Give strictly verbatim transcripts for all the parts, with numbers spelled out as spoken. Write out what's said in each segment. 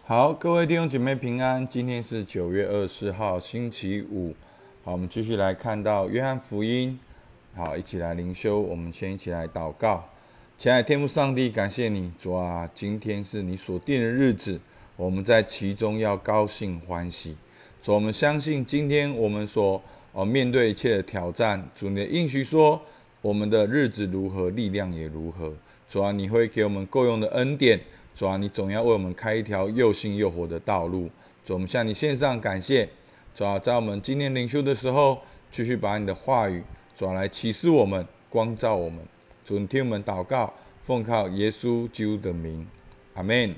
好，各位弟兄姐妹平安。今天是九月二十四号，星期五。好，我们继续来看到约翰福音。好，一起来灵修。我们先一起来祷告。亲爱的天父上帝，感谢你，主啊，今天是你所定的日子，我们在其中要高兴欢喜。主，我们相信今天我们所、呃、面对一切的挑战，主你的应许说，我们的日子如何，力量也如何。主啊，你会给我们够用的恩典。主啊，你总要为我们开一条又新又活的道路。主，我们向你献上感谢。主啊，在我们今天灵修的时候，继续把你的话语，主啊，来启示我们，光照我们。主，你听我们祷告，奉靠耶稣基督的名，阿们。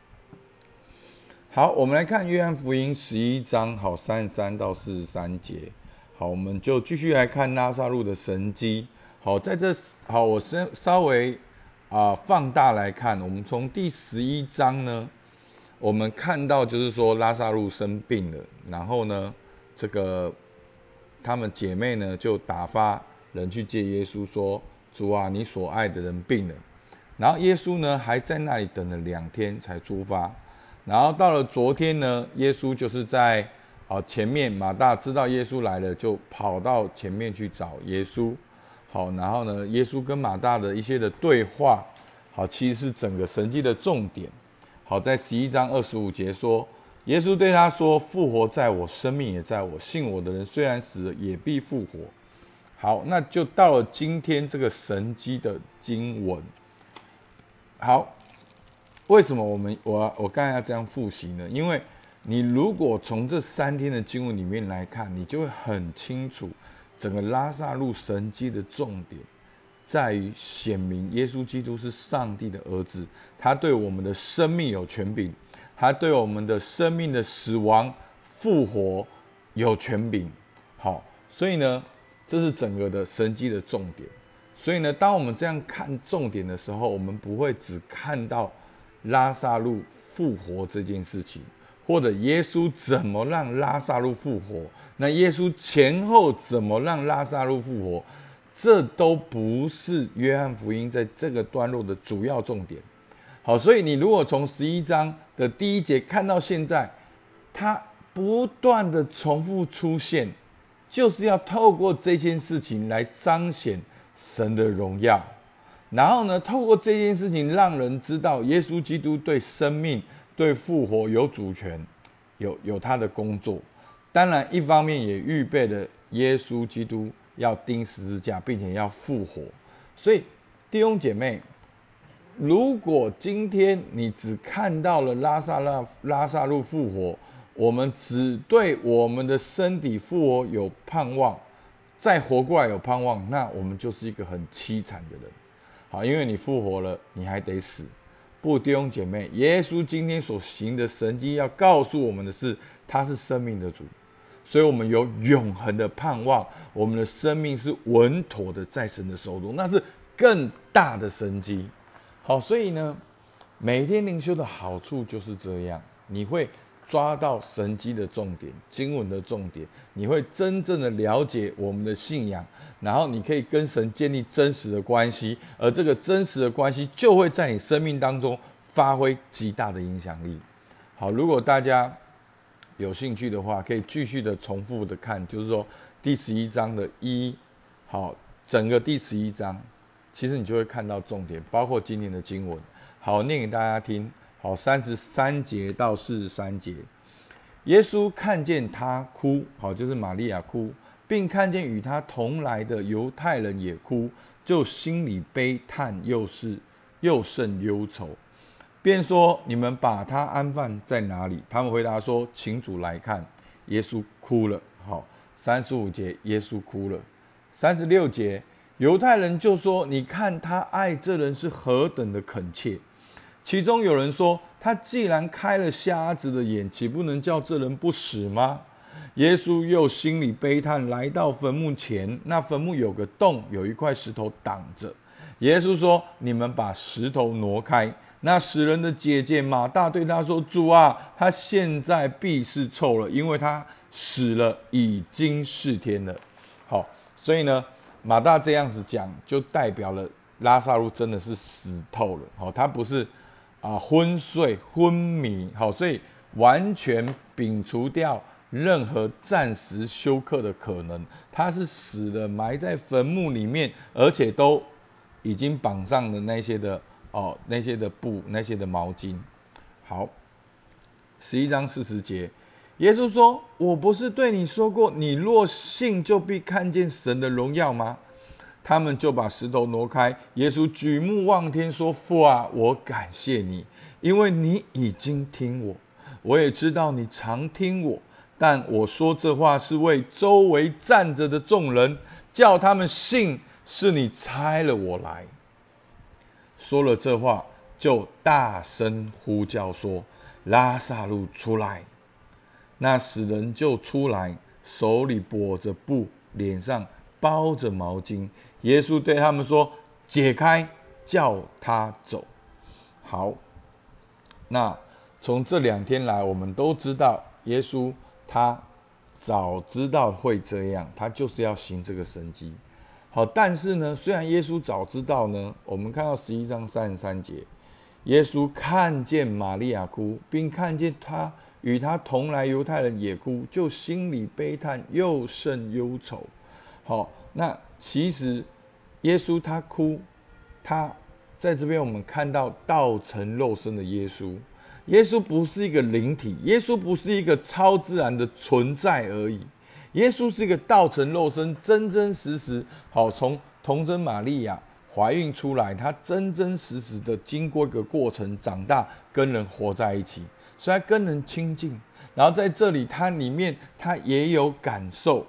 好，我们来看约翰福音十一章，好，三十三到四十三节。好，我们就继续来看拉撒路的神迹。好，在这好，我先稍微。啊、呃，放大来看，我们从第十一章呢，我们看到就是说拉撒路生病了，然后呢，这个他们姐妹呢就打发人去接耶稣，说：“主啊，你所爱的人病了。”然后耶稣呢还在那里等了两天才出发，然后到了昨天呢，耶稣就是在啊、呃、前面，马大知道耶稣来了，就跑到前面去找耶稣。好，然后呢，耶稣跟马大的一些的对话，好，其实是整个神迹的重点。好，在十一章二十五节说，耶稣对他说：“复活在我，生命也在我，信我的人虽然死了，也必复活。”好，那就到了今天这个神迹的经文。好，为什么我们我我刚才要这样复习呢？因为你如果从这三天的经文里面来看，你就会很清楚。整个拉撒路神迹的重点在于显明耶稣基督是上帝的儿子，他对我们的生命有权柄，他对我们的生命的死亡复活有权柄。好，所以呢，这是整个的神迹的重点。所以呢，当我们这样看重点的时候，我们不会只看到拉撒路复活这件事情，或者耶稣怎么让拉撒路复活，那耶稣前后怎么让拉撒路复活，这都不是约翰福音在这个段落的主要重点。好，所以你如果从十一章的第一节看到现在，它不断的重复出现，就是要透过这件事情来彰显神的荣耀。然后呢，透过这件事情让人知道耶稣基督对生命对复活有主权，有有他的工作。当然一方面也预备了耶稣基督要钉十字架，并且要复活。所以弟兄姐妹，如果今天你只看到了拉撒拉拉撒路复活，我们只对我们的身体复活有盼望，再活过来有盼望，那我们就是一个很凄惨的人。好，因为你复活了，你还得死。不，弟兄姐妹，耶稣今天所行的神迹要告诉我们的是，他是生命的主，所以我们有永恒的盼望，我们的生命是稳妥的在神的手中，那是更大的神迹。好，所以呢，每天灵修的好处就是这样，你会抓到神迹的重点，经文的重点，你会真正的了解我们的信仰，然后你可以跟神建立真实的关系，而这个真实的关系就会在你生命当中发挥极大的影响力。好，如果大家有兴趣的话，可以继续的重复的看，就是说第十一章的一，好，整个第十一章，其实你就会看到重点，包括今天的经文。好，念给大家听。好，三十三节到四十三节，耶稣看见他哭，好，就是玛利亚哭，并看见与他同来的犹太人也哭，就心里悲叹，又是又甚忧愁，便说：“你们把他安放在哪里？”他们回答说：“请主来看。”耶稣哭了。好，三十五节，耶稣哭了。三十六节，犹太人就说：“你看他爱这人是何等的恳切。”其中有人说：“他既然开了瞎子的眼，岂不能叫这人不死吗？”耶稣又心里悲叹，来到坟墓前，那坟墓有个洞，有一块石头挡着。耶稣说：“你们把石头挪开。”那死人的姐姐马大对他说：“主啊，他现在必是臭了，因为他死了已经四天了。”好，所以呢，马大这样子讲，就代表了拉撒路真的是死透了。好，他不是啊昏睡、昏迷，好，所以完全摒除掉任何暂时休克的可能。他是死了，埋在坟墓里面，而且都已经绑上了那些的哦，那些的布，那些的毛巾。好，十一章四十节，耶稣说：“我不是对你说过，你若信，就必看见神的荣耀吗？”他们就把石头挪开。耶稣举目望天说：“父啊，我感谢你，因为你已经听我。我也知道你常听我，但我说这话是为周围站着的众人，叫他们信是你差了我来。”说了这话，就大声呼叫说：“拉撒路出来！”那死人就出来，手里裹着布，脸上包着毛巾。耶稣对他们说：“解开，叫他走。”好，那从这两天来，我们都知道，耶稣他早知道会这样，他就是要行这个神迹。好，但是呢，虽然耶稣早知道呢，我们看到十一章三十三节，耶稣看见玛利亚哭，并看见他与他同来犹太人也哭，就心里悲叹，又甚忧愁。好，那其实耶稣他哭，他在这边我们看到道成肉身的耶稣。耶稣不是一个灵体，耶稣不是一个超自然的存在而已。耶稣是一个道成肉身，真真实实，好，从童贞玛利亚怀孕出来，他真真实实的经过一个过程长大，跟人活在一起，所以他跟人亲近。然后在这里，他里面他也有感受，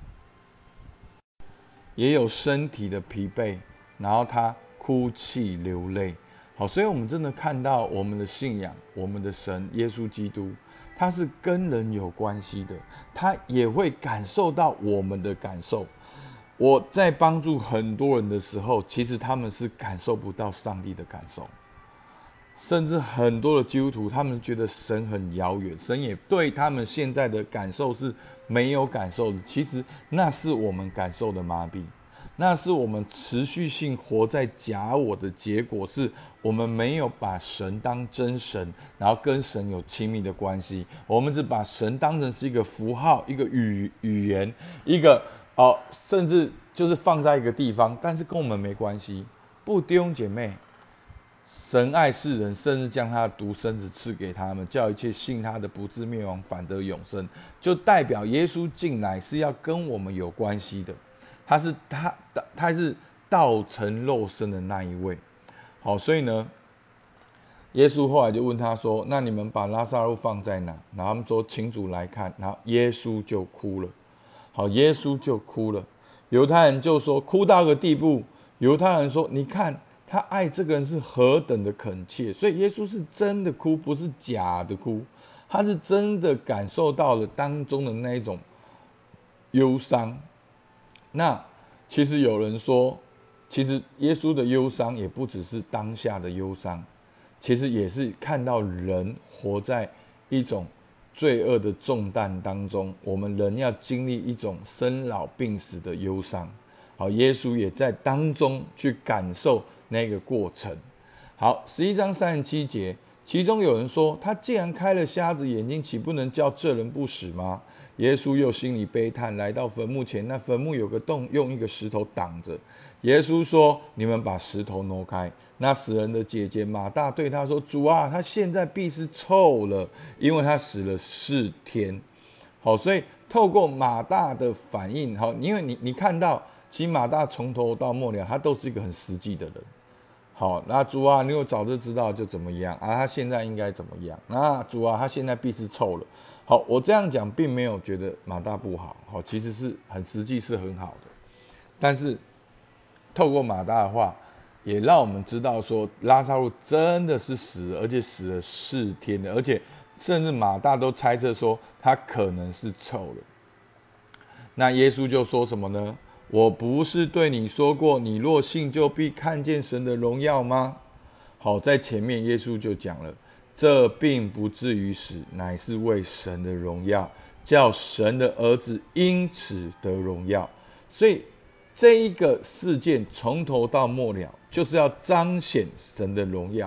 也有身体的疲惫，然后他哭泣流泪。好，所以我们真的看到我们的信仰，我们的神耶稣基督，他是跟人有关系的，他也会感受到我们的感受。我在帮助很多人的时候，其实他们是感受不到上帝的感受，甚至很多的基督徒，他们觉得神很遥远，神也对他们现在的感受是没有感受的。其实那是我们感受的麻痹，那是我们持续性活在假我的结果，是我们没有把神当真神，然后跟神有亲密的关系。我们只把神当成是一个符号，一个语语言，一个哦，甚至就是放在一个地方，但是跟我们没关系。不，弟兄姐妹，神爱世人，甚至将他的独生子赐给他们，叫一切信他的不至灭亡，反得永生。就代表耶稣进来是要跟我们有关系的。他是他他是道成肉身的那一位。好，所以呢，耶稣后来就问他说：“那你们把拉撒路放在哪？”然后他们说：“请主来看。”然后耶稣就哭了。好，耶稣就哭了。犹太人就说，哭到个地步，犹太人说：“你看他爱这个人是何等的恳切。”所以耶稣是真的哭，不是假的哭，他是真的感受到了当中的那一种忧伤。那其实有人说，其实耶稣的忧伤也不只是当下的忧伤，其实也是看到人活在一种罪恶的重担当中，我们人要经历一种生老病死的忧伤。好，耶稣也在当中去感受那个过程。好，十一章三十七节，其中有人说，他既然开了瞎子眼睛，岂不能叫这人不死吗？耶稣又心里悲叹，来到坟墓前，那坟墓有个洞，用一个石头挡着。耶稣说：“你们把石头挪开。”那死人的姐姐马大对他说：“主啊，他现在必是臭了，因为他死了四天。”好，所以透过马大的反应，好，因为你你看到，其实马大从头到末了，他都是一个很实际的人。好，那主啊，你有早就知道就怎么样啊？他现在应该怎么样？那主啊，他现在必是臭了。好，我这样讲并没有觉得马大不好，好，其实是很实际，是很好的。但是透过马大的话，也让我们知道说，拉撒路真的是死了，而且死了四天的，而且甚至马大都猜测说他可能是臭了。那耶稣就说什么呢？我不是对你说过，你若信就必看见神的荣耀吗？好，在前面耶稣就讲了，这并不至于死，乃是为神的荣耀，叫神的儿子因此得荣耀。所以这一个事件从头到末了，就是要彰显神的荣耀，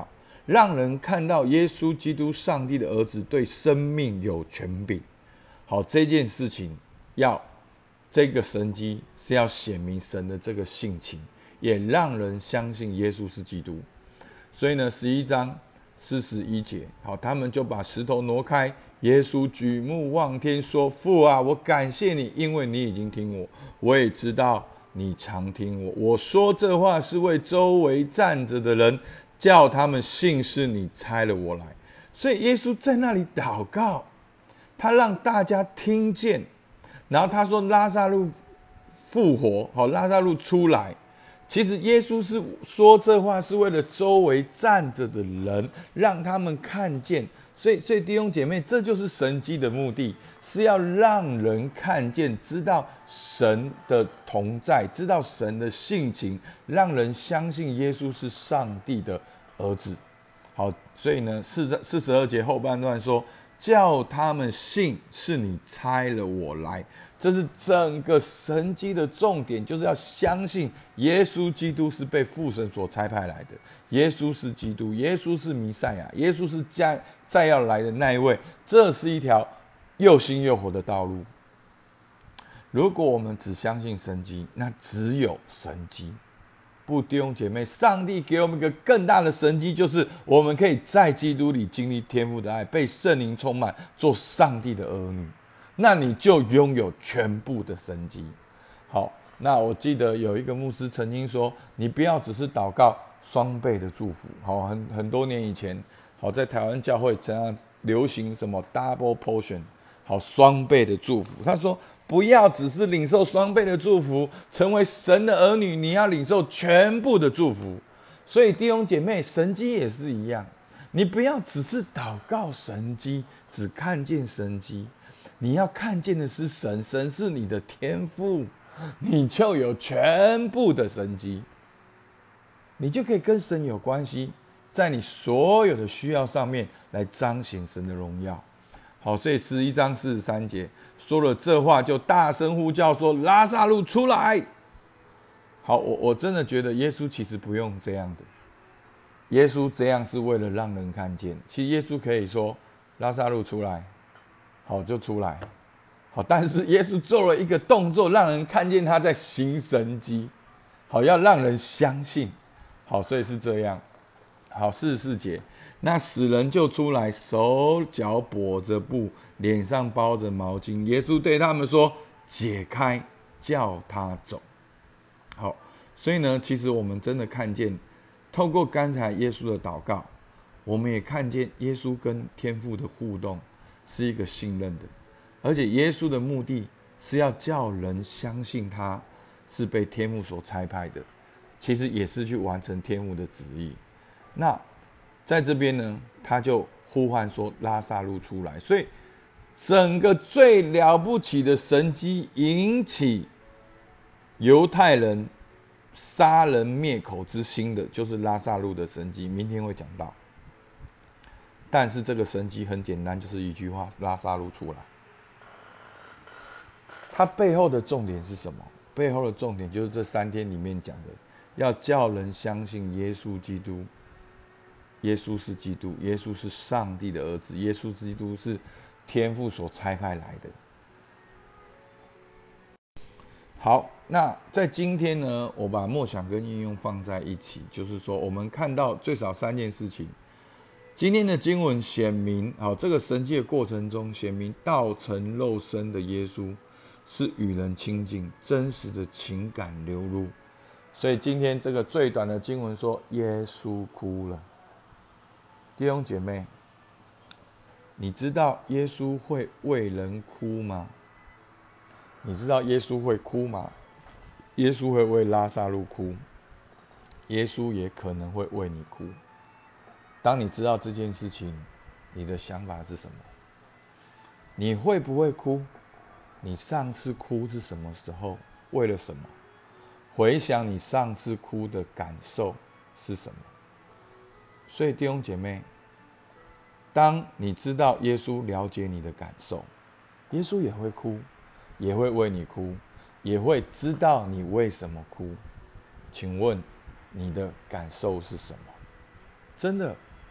让人看到耶稣基督上帝的儿子对生命有权柄。好，这件事情要这个神迹是要显明神的这个性情，也让人相信耶稣是基督。所以呢，十一章四十一节，好，他们就把石头挪开。耶稣举目望天说：“父啊，我感谢你，因为你已经听我，我也知道你常听我。我说这话是为周围站着的人，叫他们信是你差了我来。”所以耶稣在那里祷告，他让大家听见，然后他说拉撒路复活，好，拉撒路出来。其实耶稣是说这话是为了周围站着的人，让他们看见。所以，所以弟兄姐妹，这就是神迹的目的，是要让人看见，知道神的同在，知道神的性情，让人相信耶稣是上帝的儿子。好，所以呢，四四十二节后半段说，叫他们信是你差了我来。这是整个神迹的重点，就是要相信耶稣基督是被父神所差派来的，耶稣是基督，耶稣是弥赛亚，耶稣是将再要来的那一位。这是一条又新又活的道路。如果我们只相信神迹，那只有神迹。不，弟兄姐妹，上帝给我们一个更大的神迹，就是我们可以在基督里经历天父的爱，被圣灵充满，做上帝的儿女。那你就拥有全部的神迹。好，那我记得有一个牧师曾经说，你不要只是祷告双倍的祝福。好，很很多年以前，好，在台湾教会怎样流行什么 double portion， 好，双倍的祝福。他说，不要只是领受双倍的祝福，成为神的儿女，你要领受全部的祝福。所以弟兄姐妹，神迹也是一样，你不要只是祷告神迹，只看见神迹。你要看见的是神，神是你的天父，你就有全部的神迹，你就可以跟神有关系，在你所有的需要上面来彰显神的荣耀。好，所以十一章四十三节说了这话，就大声呼叫说：“拉撒路出来！”好，我我真的觉得耶稣其实不用这样的，耶稣这样是为了让人看见。其实耶稣可以说：“拉撒路出来。”好，就出来。好，但是耶稣做了一个动作，让人看见他在行神迹。好，要让人相信。好，所以是这样。好，四十四节，那死人就出来，手脚裹着布，脸上包着毛巾。耶稣对他们说：“解开，叫他走。”好，所以呢，其实我们真的看见，透过刚才耶稣的祷告，我们也看见耶稣跟天父的互动。是一个信任的，而且耶稣的目的是要叫人相信他是被天父所差派的，其实也是去完成天父的旨意。那在这边呢，他就呼唤说拉撒路出来，所以整个最了不起的神迹引起犹太人杀人灭口之心的，就是拉撒路的神迹，明天会讲到。但是这个神迹很简单，就是一句话：拉撒路出来。它背后的重点是什么？背后的重点就是这三天里面讲的，要叫人相信耶稣基督，耶稣是基督，耶稣是上帝的儿子，耶稣基督是天父所差派来的。好，那在今天呢，我把默想跟应用放在一起，就是说我们看到最少三件事情。今天的经文显明，好，这个神迹的过程中显明道成肉身的耶稣是与人亲近，真实的情感流露。所以今天这个最短的经文说，耶稣哭了。弟兄姐妹，你知道耶稣会为人哭吗？你知道耶稣会哭吗？耶稣会为拉撒路哭，耶稣也可能会为你哭。当你知道这件事情，你的想法是什么？你会不会哭？你上次哭是什么时候？为了什么？回想你上次哭的感受是什么？所以弟兄姐妹，当你知道耶稣了解你的感受，耶稣也会哭，也会为你哭，也会知道你为什么哭。请问你的感受是什么？真的，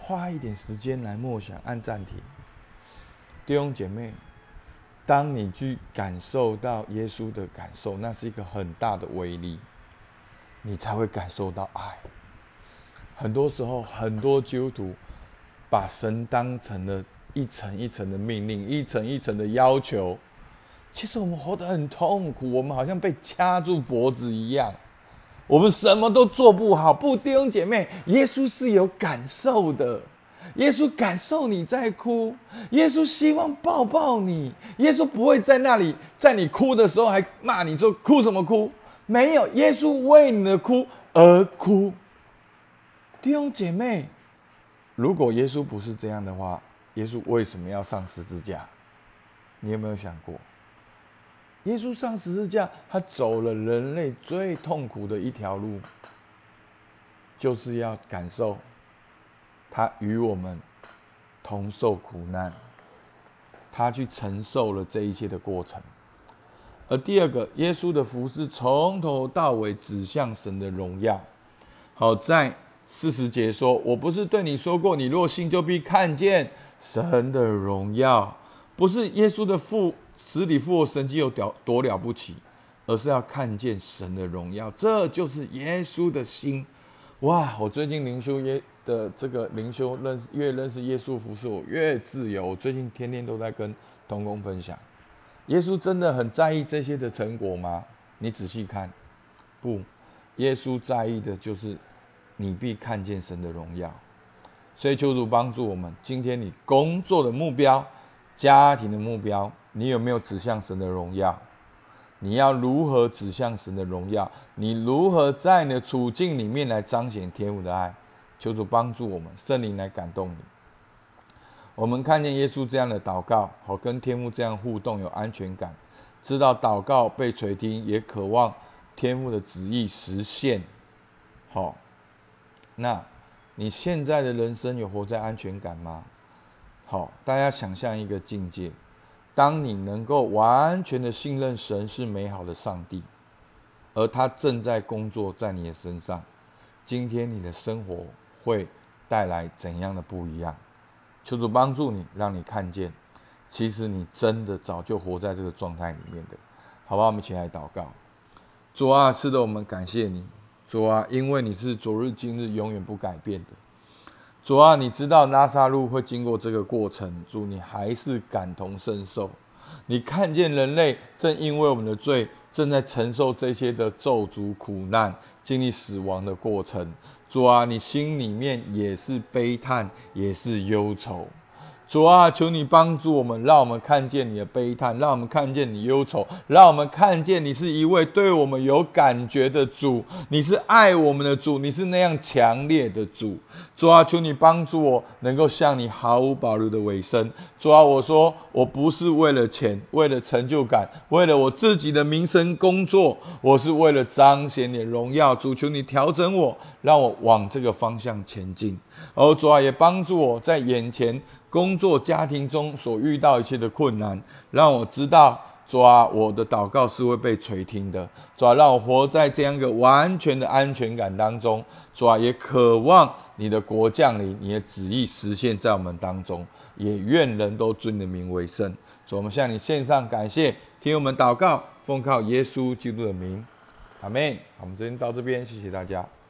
花一点时间来默想，按暂停。弟兄姐妹，当你去感受到耶稣的感受，那是一个很大的威力，你才会感受到爱。很多时候，很多基督徒把神当成了一层一层的命令，一层一层的要求。其实我们活得很痛苦，我们好像被掐住脖子一样，我们什么都做不好。不，弟兄姐妹，耶稣是有感受的。耶稣感受你在哭，耶稣希望抱抱你，耶稣不会在那里，在你哭的时候还骂你说哭什么哭？没有，耶稣为你的哭而哭。弟兄姐妹，如果耶稣不是这样的话，耶稣为什么要上十字架？你有没有想过？耶稣上十字架，他走了人类最痛苦的一条路，就是要感受他与我们同受苦难，他去承受了这一切的过程。而第二个，耶稣的服事从头到尾指向神的荣耀。好，在四十节说：“我不是对你说过，你若信就必看见神的荣耀。”不是耶稣的复死里复活神迹有多了不起，而是要看见神的荣耀。这就是耶稣的心。哇！我最近灵修耶的这个灵修认识，越认识耶稣服事，我越自由。我最近天天都在跟同工分享，耶稣真的很在意这些的成果吗？你仔细看，不，耶稣在意的就是你必看见神的荣耀。所以求主帮助我们，今天你工作的目标、家庭的目标，你有没有指向神的荣耀？你要如何指向神的荣耀？你如何在你的处境里面来彰显天父的爱？求主帮助我们，圣灵来感动你。我们看见耶稣这样的祷告，好跟天父这样互动，有安全感，知道祷告被垂听，也渴望天父的旨意实现。好，那你现在的人生有活在安全感吗？好，大家想象一个境界。当你能够完全的信任神是美好的上帝，而他正在工作在你的身上，今天你的生活会带来怎样的不一样？求主帮助你，让你看见，其实你真的早就活在这个状态里面的。好吧，我们一起来祷告。主啊，是的，我们感谢你。主啊，因为你是昨日今日永远不改变的。主啊，你知道拉撒路会经过这个过程，主你还是感同身受。你看见人类正因为我们的罪，正在承受这些的咒诅苦难，经历死亡的过程。主啊，你心里面也是悲叹，也是忧愁。主啊，求你帮助我们，让我们看见你的悲叹，让我们看见你忧愁，让我们看见你是一位对我们有感觉的主，你是爱我们的主，你是那样强烈的主。主啊，求你帮助我能够向你毫无保留的委身。主啊，我说我不是为了钱，为了成就感，为了我自己的名声工作，我是为了彰显你的荣耀。主，求你调整我，让我往这个方向前进。而主啊，也帮助我在眼前工作、家庭中所遇到一切的困难，让我知道，主啊，我的祷告是会被垂听的。主啊，让我活在这样一个完全的安全感当中。主啊，也渴望你的国降临，你的旨意实现在我们当中。也愿人都尊你的名为圣。主，我们向你献上感谢，听我们祷告，奉靠耶稣基督的名，阿们。我们今天到这边，谢谢大家。